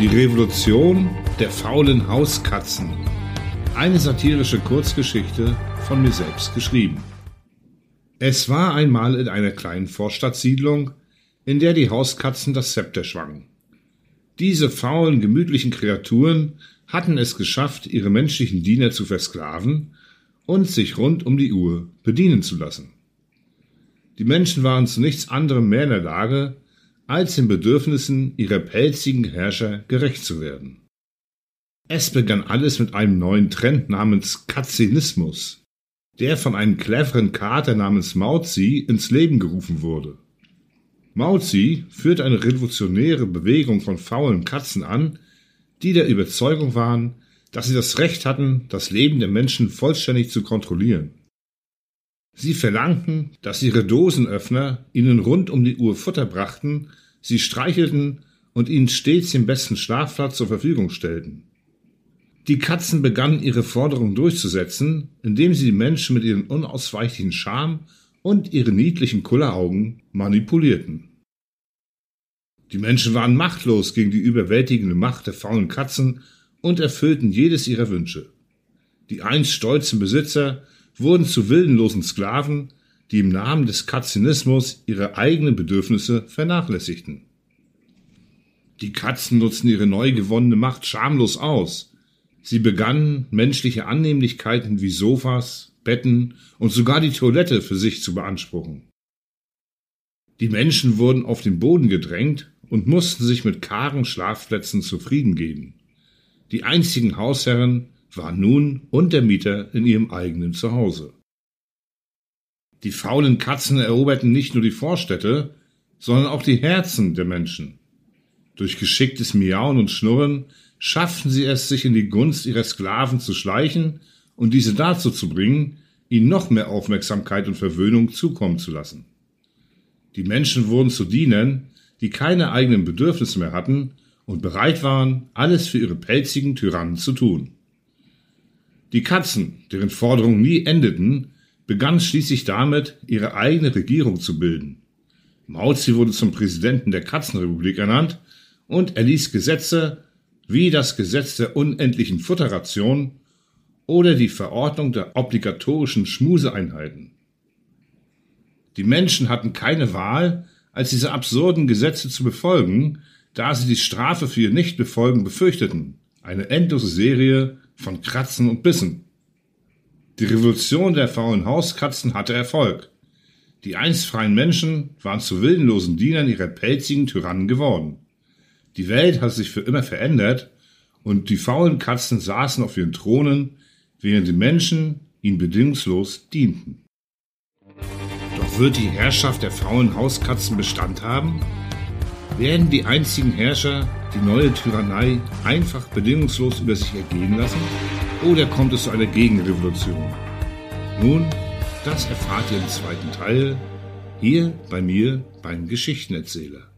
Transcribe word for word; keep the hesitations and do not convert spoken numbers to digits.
Die Revolution der faulen Hauskatzen. Eine satirische Kurzgeschichte von mir selbst geschrieben. Es war einmal in einer kleinen Vorstadtsiedlung, in der die Hauskatzen das Zepter schwangen. Diese faulen, gemütlichen Kreaturen hatten es geschafft, ihre menschlichen Diener zu versklaven und sich rund um die Uhr bedienen zu lassen. Die Menschen waren zu nichts anderem mehr in der Lage, als den Bedürfnissen ihrer pelzigen Herrscher gerecht zu werden. Es begann alles mit einem neuen Trend namens Katzinismus, der von einem cleveren Kater namens Mauzi ins Leben gerufen wurde. Mauzi führte eine revolutionäre Bewegung von faulen Katzen an, die der Überzeugung waren, dass sie das Recht hatten, das Leben der Menschen vollständig zu kontrollieren. Sie verlangten, dass ihre Dosenöffner ihnen rund um die Uhr Futter brachten, sie streichelten und ihnen stets den besten Schlafplatz zur Verfügung stellten. Die Katzen begannen ihre Forderung durchzusetzen, indem sie die Menschen mit ihrem unausweichlichen Charme und ihren niedlichen Kulleraugen manipulierten. Die Menschen waren machtlos gegen die überwältigende Macht der faulen Katzen und erfüllten jedes ihrer Wünsche. Die einst stolzen Besitzer wurden zu willenlosen Sklaven, die im Namen des Katzinismus ihre eigenen Bedürfnisse vernachlässigten. Die Katzen nutzten ihre neu gewonnene Macht schamlos aus. Sie begannen, menschliche Annehmlichkeiten wie Sofas, Betten und sogar die Toilette für sich zu beanspruchen. Die Menschen wurden auf den Boden gedrängt und mussten sich mit kargen Schlafplätzen zufrieden geben. Die einzigen Hausherren waren nun Untermieter in ihrem eigenen Zuhause. Die faulen Katzen eroberten nicht nur die Vorstädte, sondern auch die Herzen der Menschen. Durch geschicktes Miauen und Schnurren schafften sie es, sich in die Gunst ihrer Sklaven zu schleichen und diese dazu zu bringen, ihnen noch mehr Aufmerksamkeit und Verwöhnung zukommen zu lassen. Die Menschen wurden zu Dienern, die keine eigenen Bedürfnisse mehr hatten und bereit waren, alles für ihre pelzigen Tyrannen zu tun. Die Katzen, deren Forderungen nie endeten, begannen schließlich damit, ihre eigene Regierung zu bilden. Mauzi wurde zum Präsidenten der Katzenrepublik ernannt und erließ Gesetze wie das Gesetz der unendlichen Futterration oder die Verordnung der obligatorischen Schmuseeinheiten. Die Menschen hatten keine Wahl, als diese absurden Gesetze zu befolgen, da sie die Strafe für ihr Nichtbefolgen befürchteten, eine endlose Serie von Kratzen und Bissen. Die Revolution der faulen Hauskatzen hatte Erfolg. Die einst freien Menschen waren zu willenlosen Dienern ihrer pelzigen Tyrannen geworden. Die Welt hatte sich für immer verändert und die faulen Katzen saßen auf ihren Thronen, während die Menschen ihnen bedingungslos dienten. Doch wird die Herrschaft der faulen Hauskatzen Bestand haben? Werden die einzigen Herrscher die neue Tyrannei einfach bedingungslos über sich ergehen lassen? Oder kommt es zu einer Gegenrevolution? Nun, das erfahrt ihr im zweiten Teil, hier bei mir beim Geschichtenerzähler.